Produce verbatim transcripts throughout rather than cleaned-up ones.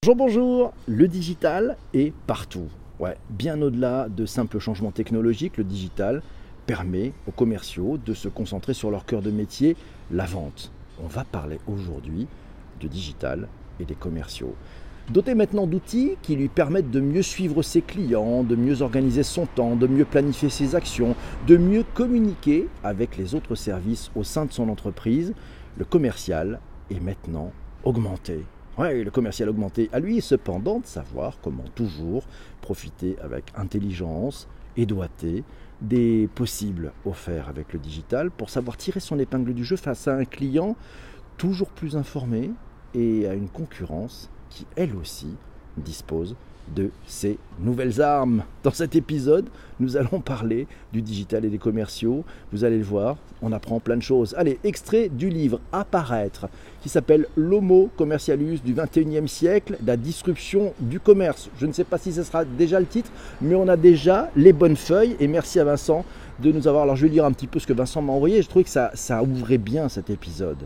Bonjour, bonjour, le digital est partout. Ouais, bien au-delà de simples changements technologiques, le digital permet aux commerciaux de se concentrer sur leur cœur de métier, la vente. On va parler aujourd'hui de digital et des commerciaux. Doté maintenant d'outils qui lui permettent de mieux suivre ses clients, de mieux organiser son temps, de mieux planifier ses actions, de mieux communiquer avec les autres services au sein de son entreprise, le commercial est maintenant augmenté. Oui, le commercial augmenté, à lui cependant de savoir comment toujours profiter avec intelligence et doigté des possibles offerts avec le digital pour savoir tirer son épingle du jeu face à un client toujours plus informé et à une concurrence qui elle aussi dispose de ces nouvelles armes. Dans cet épisode, nous allons parler du digital et des commerciaux. Vous allez le voir, on apprend plein de choses. Allez, extrait du livre Apparaître, qui s'appelle L'Homo Commercialus du vingt et unième siècle, la disruption du commerce. Je ne sais pas si ce sera déjà le titre, mais on a déjà les bonnes feuilles. Et merci à Vincent de nous avoir... Alors je vais lire un petit peu ce que Vincent m'a envoyé. Je trouvais que ça, ça ouvrait bien cet épisode.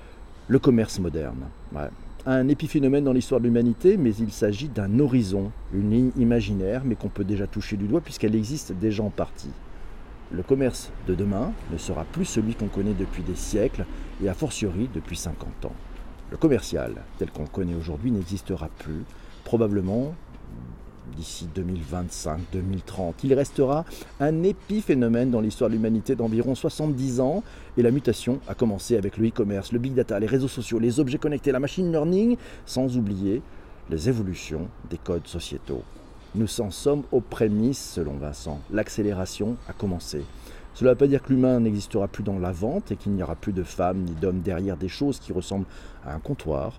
Le commerce moderne. Ouais. Un épiphénomène dans l'histoire de l'humanité, mais il s'agit d'un horizon, une ligne imaginaire, mais qu'on peut déjà toucher du doigt puisqu'elle existe déjà en partie. Le commerce de demain ne sera plus celui qu'on connaît depuis des siècles et a fortiori depuis cinquante ans. Le commercial, tel qu'on le connaît aujourd'hui, n'existera plus, probablement d'ici deux mille vingt-cinq deux mille trente. Il restera un épiphénomène dans l'histoire de l'humanité d'environ soixante-dix ans et la mutation a commencé avec le e-commerce, le big data, les réseaux sociaux, les objets connectés, la machine learning, sans oublier les évolutions des codes sociétaux. Nous en sommes aux prémices selon Vincent. L'accélération a commencé. Cela ne veut pas dire que l'humain n'existera plus dans la vente et qu'il n'y aura plus de femmes ni d'hommes derrière des choses qui ressemblent à un comptoir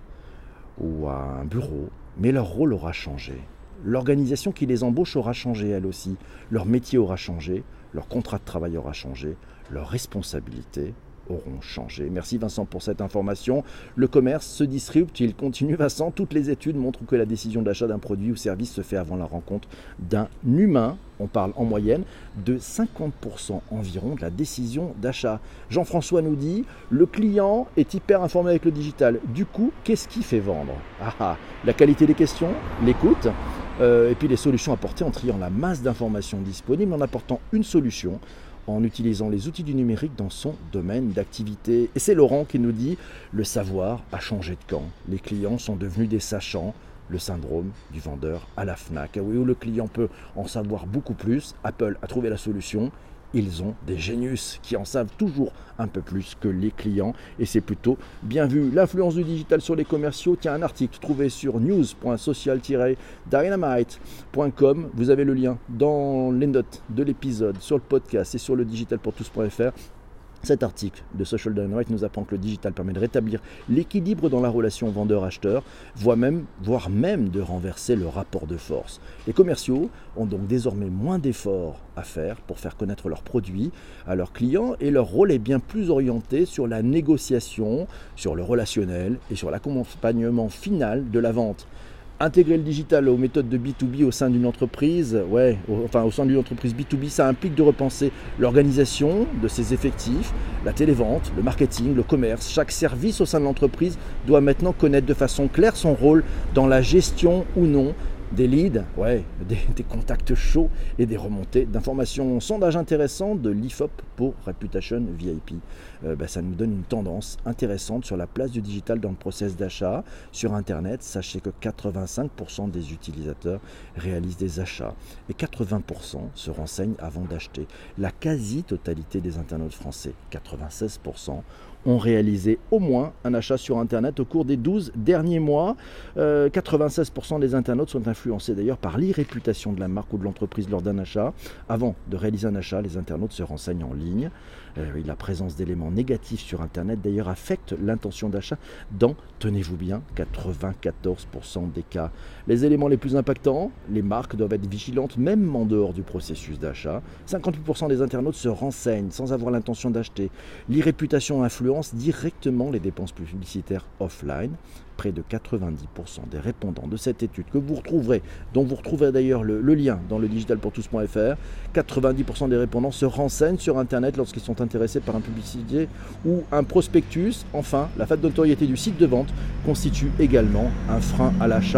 ou à un bureau, mais leur rôle aura changé. L'organisation qui les embauche aura changé elle aussi, leur métier aura changé, leur contrat de travail aura changé, leurs responsabilités auront changé. Merci Vincent pour cette information. Le commerce se disrupte, il continue Vincent. Toutes les études montrent que la décision d'achat d'un produit ou service se fait avant la rencontre d'un humain. On parle en moyenne de cinquante pour cent environ de la décision d'achat. Jean-François nous dit, le client est hyper informé avec le digital. Du coup, qu'est-ce qui fait vendre ? Ah ah, la qualité des questions, l'écoute, euh, et puis les solutions apportées en triant la masse d'informations disponibles, en apportant une solution en utilisant les outils du numérique dans son domaine d'activité. Et c'est Laurent qui nous dit « Le savoir a changé de camp. Les clients sont devenus des sachants. » Le syndrome du vendeur à la Fnac. Oui, où le client peut en savoir beaucoup plus. Apple a trouvé la solution. Ils ont des génius qui en savent toujours un peu plus que les clients et c'est plutôt bien vu. L'influence du digital sur les commerciaux, tiens, un article trouvé sur news point social tiret dynamite point com. Vous avez le lien dans les notes de l'épisode, sur le podcast et sur le digital pour tous point f r. Cet article de Social Dynamite nous apprend que le digital permet de rétablir l'équilibre dans la relation vendeur-acheteur, voire même, voire même de renverser le rapport de force. Les commerciaux ont donc désormais moins d'efforts à faire pour faire connaître leurs produits à leurs clients et leur rôle est bien plus orienté sur la négociation, sur le relationnel et sur l'accompagnement final de la vente. Intégrer le digital aux méthodes de B deux B au sein d'une entreprise, ouais, au, enfin au sein d'une entreprise B deux B, ça implique de repenser l'organisation de ses effectifs, la télévente, le marketing, le commerce. Chaque service au sein de l'entreprise doit maintenant connaître de façon claire son rôle dans la gestion ou non des leads, ouais, des, des contacts chauds et des remontées d'informations. Sondage intéressant de l'I F O P pour Reputation V I P. Euh, ben, ça nous donne une tendance intéressante sur la place du digital dans le process d'achat. Sur Internet, sachez que quatre-vingt-cinq pour cent des utilisateurs réalisent des achats et quatre-vingts pour cent se renseignent avant d'acheter. La quasi-totalité des internautes français, quatre-vingt-seize pour cent, ont réalisé au moins un achat sur Internet au cours des douze derniers mois. Euh, quatre-vingt-seize pour cent des internautes sont influencés d'ailleurs par l'irréputation de la marque ou de l'entreprise lors d'un achat. Avant de réaliser un achat, les internautes se renseignent en ligne. Euh, la présence d'éléments négatifs sur Internet d'ailleurs affecte l'intention d'achat dans, tenez-vous bien, quatre-vingt-quatorze pour cent des cas. Les éléments les plus impactants, les marques doivent être vigilantes même en dehors du processus d'achat. cinquante-huit pour cent des internautes se renseignent sans avoir l'intention d'acheter. L'irréputation influence directement les dépenses publicitaires offline. Près de quatre-vingt-dix pour cent des répondants de cette étude que vous retrouverez, dont vous retrouverez d'ailleurs le, le lien dans le digital pour tous point f r, quatre-vingt-dix pour cent des répondants se renseignent sur Internet lorsqu'ils sont intéressés par un publicité ou un prospectus. Enfin, la faible notoriété du site de vente constitue également un frein à l'achat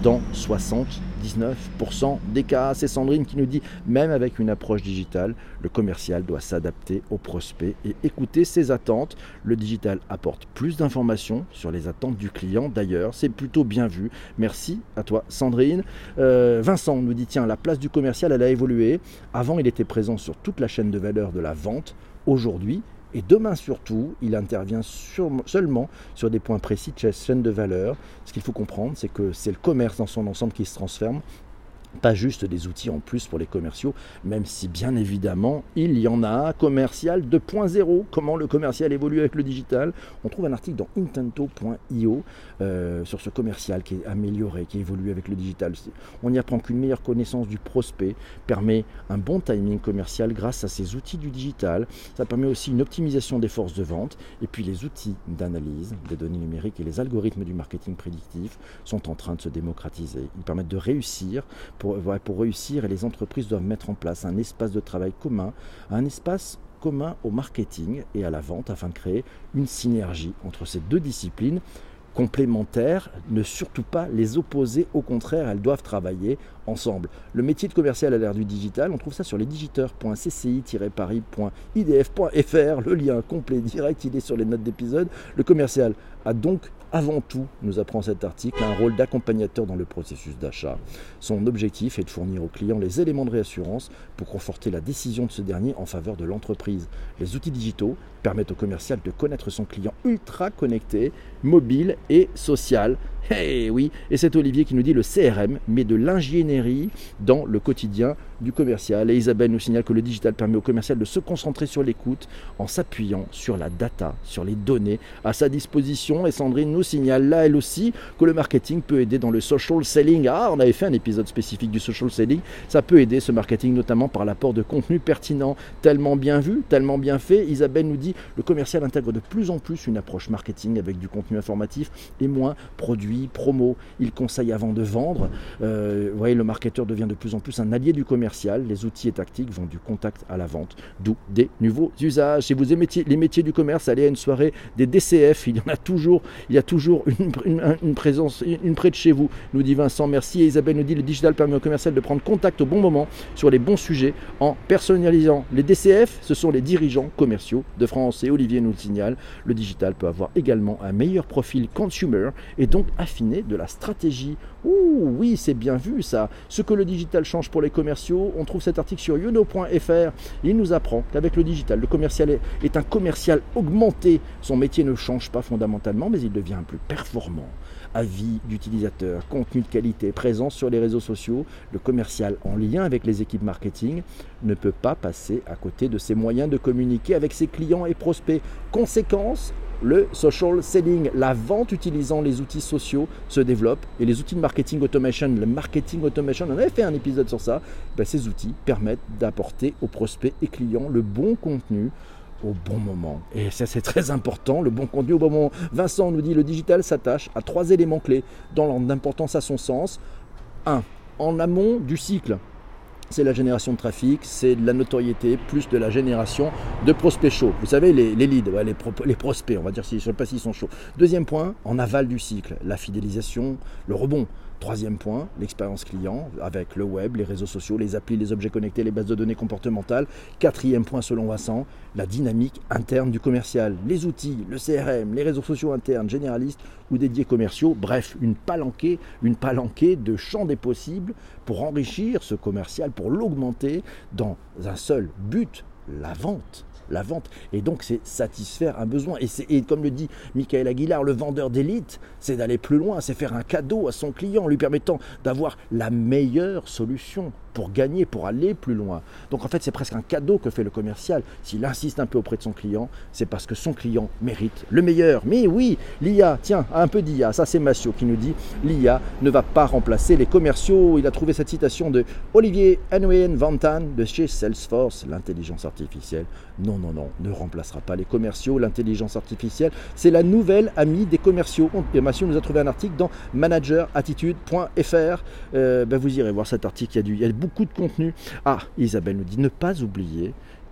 dans soixante-dix-neuf pour cent des cas. C'est Sandrine qui nous dit, même avec une approche digitale, le commercial doit s'adapter au prospect et écouter ses attentes. Le digital apporte plus d'informations sur les attentes du client. D'ailleurs, c'est plutôt bien vu. Merci à toi, Sandrine. Euh, Vincent nous dit, tiens, la place du commercial, elle a évolué. Avant, il était présent sur toute la chaîne de valeur de la vente. Aujourd'hui, et demain surtout, il intervient sur, seulement sur des points précis de cette chaîne de valeur. Ce qu'il faut comprendre, c'est que c'est le commerce dans son ensemble qui se transforme, pas juste des outils en plus pour les commerciaux, même si bien évidemment il y en a. Commercial deux point zéro, comment le commercial évolue avec le digital. On trouve un article dans intento point io euh, sur ce commercial qui est amélioré, qui évolue avec le digital. On y apprend qu'une meilleure connaissance du prospect permet un bon timing commercial grâce à ces outils du digital. Ça permet aussi une optimisation des forces de vente, et puis les outils d'analyse des données numériques et les algorithmes du marketing prédictif sont en train de se démocratiser. Ils permettent de réussir. Pour, pour réussir, et les entreprises doivent mettre en place un espace de travail commun, un espace commun au marketing et à la vente afin de créer une synergie entre ces deux disciplines complémentaires, ne surtout pas les opposer, au contraire, elles doivent travailler ensemble. Le métier de commercial à l'ère du digital, on trouve ça sur lesdigiteurs point c c i tiret paris point i d f point f r, le lien complet direct, il est sur les notes d'épisode. Le commercial a donc avant tout, nous apprend cet article, un rôle d'accompagnateur dans le processus d'achat. Son objectif est de fournir au client les éléments de réassurance pour conforter la décision de ce dernier en faveur de l'entreprise. Les outils digitaux permettent au commercial de connaître son client ultra connecté, mobile et social. Eh oui, et c'est Olivier qui nous dit le C R M met de l'ingénierie dans le quotidien du commercial. Et Isabelle nous signale que le digital permet au commercial de se concentrer sur l'écoute en s'appuyant sur la data, sur les données à sa disposition. Et Sandrine nous signale là, elle aussi, que le marketing peut aider dans le social selling. Ah, on avait fait un épisode spécifique du social selling. Ça peut aider ce marketing notamment par l'apport de contenu pertinent, tellement bien vu, tellement bien fait. Isabelle nous dit le commercial intègre de plus en plus une approche marketing avec du contenu informatif et moins produit promo. Il conseille avant de vendre. Euh, vous voyez, le marketeur devient de plus en plus un allié du commercial. Les outils et tactiques vont du contact à la vente, d'où des nouveaux usages. Si vous aimez les métiers du commerce, allez à une soirée des D C F. Il y en a toujours, il y a toujours une, une, une présence, une près de chez vous, nous dit Vincent. Merci. Et Isabelle nous dit le digital permet au commercial de prendre contact au bon moment sur les bons sujets en personnalisant. Les D C F, ce sont les dirigeants commerciaux de France. Et Olivier nous le signale, le digital peut avoir également un meilleur profil consumer et donc affiner de la stratégie. Ouh, oui, c'est bien vu ça. Ce que le digital change pour les commerciaux, on trouve cet article sur youno point f r. Il nous apprend qu'avec le digital, le commercial est, est un commercial augmenté. Son métier ne change pas fondamentalement, mais il devient plus performant. Avis d'utilisateurs, contenu de qualité, présence sur les réseaux sociaux, le commercial en lien avec les équipes marketing ne peut pas passer à côté de ses moyens de communiquer avec ses clients et prospects. Conséquence, le social selling, la vente utilisant les outils sociaux se développe et les outils de marketing automation, le marketing automation, on avait fait un épisode sur ça, ben ces outils permettent d'apporter aux prospects et clients le bon contenu au bon moment. Et ça, c'est très important, le bon contenu au bon moment. Vincent nous dit le digital s'attache à trois éléments clés dans l'ordre d'importance à son sens. un. En amont du cycle. C'est la génération de trafic, c'est de la notoriété, plus de la génération de prospects chauds. Vous savez, les, les leads, ouais, les, pro, les prospects, on va dire, je ne sais pas s'ils sont chauds. Deuxième point, en aval du cycle, la fidélisation, le rebond. Troisième point, l'expérience client avec le web, les réseaux sociaux, les applis, les objets connectés, les bases de données comportementales. Quatrième point, selon Vincent, la dynamique interne du commercial, les outils, le C R M, les réseaux sociaux internes, généralistes ou dédiés commerciaux. Bref, une palanquée, une palanquée de champs des possibles pour enrichir ce commercial, pour l'augmenter dans un seul but, la vente. La vente, et donc c'est satisfaire un besoin, et, c'est, et comme le dit Michael Aguilar, le vendeur d'élite, c'est d'aller plus loin, c'est faire un cadeau à son client, lui permettant d'avoir la meilleure solution pour gagner, pour aller plus loin. Donc en fait c'est presque un cadeau que fait le commercial. S'il insiste un peu auprès de son client, c'est parce que son client mérite le meilleur. Mais oui, l'I A, tiens, un peu d'I A, ça c'est Massio qui nous dit l'I A ne va pas remplacer les commerciaux. Il a trouvé cette citation de Olivier Nguyen Van Tan de chez Salesforce, l'intelligence artificielle. Non, non, non, ne remplacera pas les commerciaux. L'intelligence artificielle, c'est la nouvelle amie des commerciaux. Et Massio nous a trouvé un article dans manager attitude point f r. Euh, ben vous irez voir cet article, il y a, du, il y a beaucoup de contenu. Ah, Isabelle nous dit ne pas oublier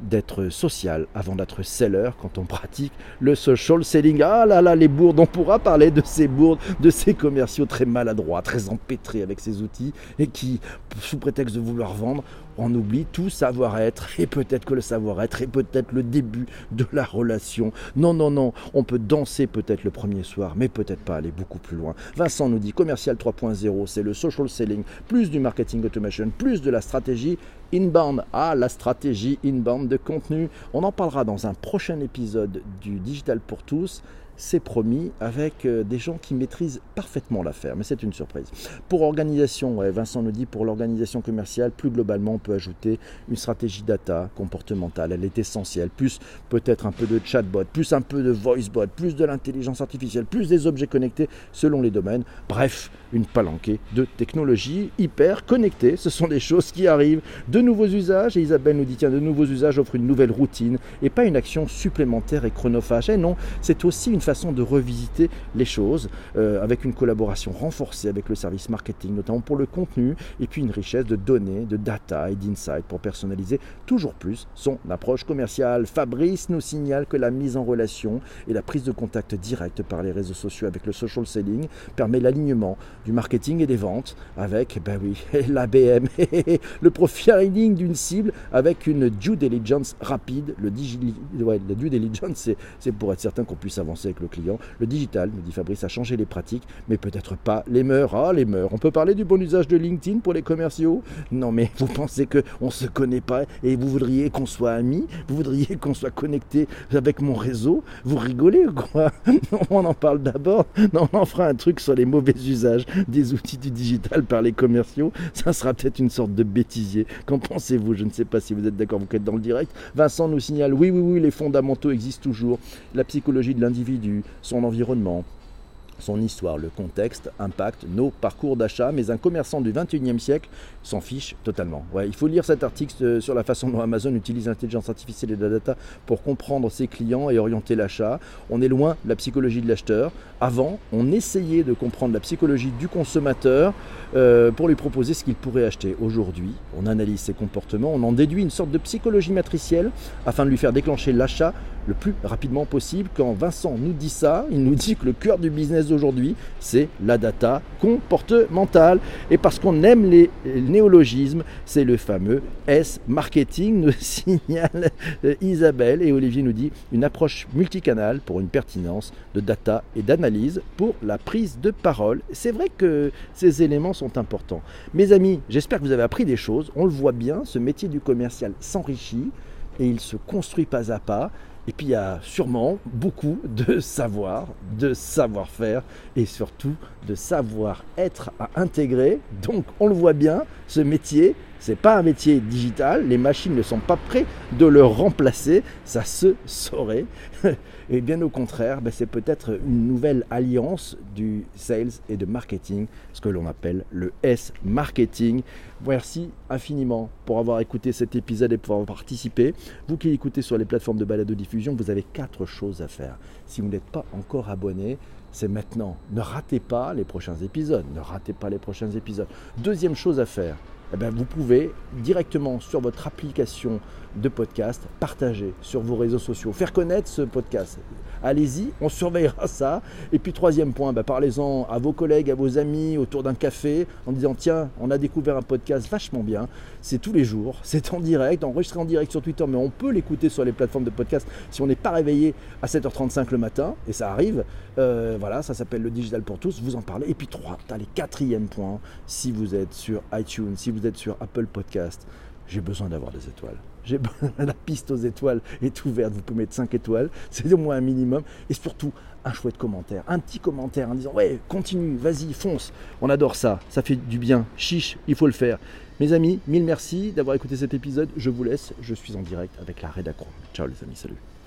d'être social avant d'être seller quand on pratique le social selling. Ah là là, les bourdes, on pourra parler de ces bourdes, de ces commerciaux très maladroits, très empêtrés avec ces outils et qui, sous prétexte de vouloir vendre, on oublie tout savoir-être et peut-être que le savoir-être est peut-être le début de la relation. Non, non, non, on peut danser peut-être le premier soir, mais peut-être pas aller beaucoup plus loin. Vincent nous dit commercial trois point zéro, c'est le social selling, plus du marketing automation, plus de la stratégie inbound. Ah, la stratégie inbound de contenu. On en parlera dans un prochain épisode du Digital pour tous. C'est promis, avec des gens qui maîtrisent parfaitement l'affaire, mais c'est une surprise. Pour organisation, ouais, Vincent nous dit, pour l'organisation commerciale, plus globalement, on peut ajouter une stratégie data comportementale, elle est essentielle, plus peut-être un peu de chatbot, plus un peu de voicebot, plus de l'intelligence artificielle, plus des objets connectés selon les domaines, bref, une palanquée de technologies hyper connectées, ce sont des choses qui arrivent, de nouveaux usages, et Isabelle nous dit, tiens, de nouveaux usages offrent une nouvelle routine, et pas une action supplémentaire et chronophage, et non, c'est aussi une façon de revisiter les choses euh, avec une collaboration renforcée avec le service marketing, notamment pour le contenu, et puis une richesse de données, de data et d'insights pour personnaliser toujours plus son approche commerciale. Fabrice nous signale que la mise en relation et la prise de contact direct par les réseaux sociaux avec le social selling permet l'alignement du marketing et des ventes avec, ben oui, l'A B M, le profiling d'une cible avec une due diligence rapide. Le digi- ouais, la due diligence, c'est, c'est pour être certain qu'on puisse avancer avec le client. Le digital, nous dit Fabrice, a changé les pratiques, mais peut-être pas les mœurs. Ah, les mœurs. On peut parler du bon usage de LinkedIn pour les commerciaux? Non, mais vous pensez qu'on ne se connaît pas et vous voudriez qu'on soit amis? Vous voudriez qu'on soit connecté avec mon réseau? Vous rigolez ou quoi? Non, on en parle d'abord. Non, on en fera un truc sur les mauvais usages des outils du digital par les commerciaux. Ça sera peut-être une sorte de bêtisier. Qu'en pensez-vous? Je ne sais pas si vous êtes d'accord, vous êtes dans le direct. Vincent nous signale, oui, oui, oui, les fondamentaux existent toujours. La psychologie de l'individu, son environnement, son histoire, le contexte, impacte nos parcours d'achat, mais un commerçant du vingt et unième siècle s'en fiche totalement. Ouais, il faut lire cet article sur la façon dont Amazon utilise l'intelligence artificielle et la data pour comprendre ses clients et orienter l'achat. On est loin de la psychologie de l'acheteur. Avant, on essayait de comprendre la psychologie du consommateur euh, pour lui proposer ce qu'il pourrait acheter. Aujourd'hui, on analyse ses comportements, on en déduit une sorte de psychologie matricielle afin de lui faire déclencher l'achat le plus rapidement possible. Quand Vincent nous dit ça, il nous dit que le cœur du business d'aujourd'hui, c'est la data comportementale. Et parce qu'on aime les néologismes, c'est le fameux S-marketing, nous signale Isabelle. Et Olivier nous dit une approche multicanale pour une pertinence de data et d'analyse pour la prise de parole. C'est vrai que ces éléments sont importants. Mes amis, j'espère que vous avez appris des choses. On le voit bien, ce métier du commercial s'enrichit et il se construit pas à pas. Et puis il y a sûrement beaucoup de savoir, de savoir-faire et surtout de savoir-être à intégrer. Donc on le voit bien, ce métier, c'est pas un métier digital, les machines ne sont pas prêtes de le remplacer, ça se saurait. Et bien au contraire, ben c'est peut-être une nouvelle alliance du sales et de marketing, ce que l'on appelle le S-marketing. Merci infiniment pour avoir écouté cet épisode et pour avoir participé. Vous qui écoutez sur les plateformes de balado-diffusion, vous avez quatre choses à faire. Si vous n'êtes pas encore abonné, c'est maintenant. Ne ratez pas les prochains épisodes. Ne ratez pas les prochains épisodes. Deuxième chose à faire, eh bien, vous pouvez directement sur votre application de podcast partager sur vos réseaux sociaux, faire connaître ce podcast. Allez-y, on surveillera ça. Et puis troisième point, bah, parlez-en à vos collègues, à vos amis autour d'un café en disant tiens, on a découvert un podcast vachement bien. C'est tous les jours, c'est en direct, enregistré en direct sur Twitter, mais on peut l'écouter sur les plateformes de podcast si on n'est pas réveillé à sept heures trente-cinq le matin, et ça arrive. Euh, voilà, ça s'appelle le Digital pour tous, vous en parlez. Et puis trois, allez, quatrième point, si vous êtes sur iTunes, si vous êtes sur Apple Podcast, j'ai besoin d'avoir des étoiles. J'ai la piste aux étoiles est ouverte, vous pouvez mettre cinq étoiles, c'est au moins un minimum. Et surtout, un chouette commentaire, un petit commentaire en disant « Ouais, continue, vas-y, fonce ». On adore ça, ça fait du bien, chiche, il faut le faire. Mes amis, mille merci d'avoir écouté cet épisode. Je vous laisse, je suis en direct avec la rédac. Ciao les amis, salut.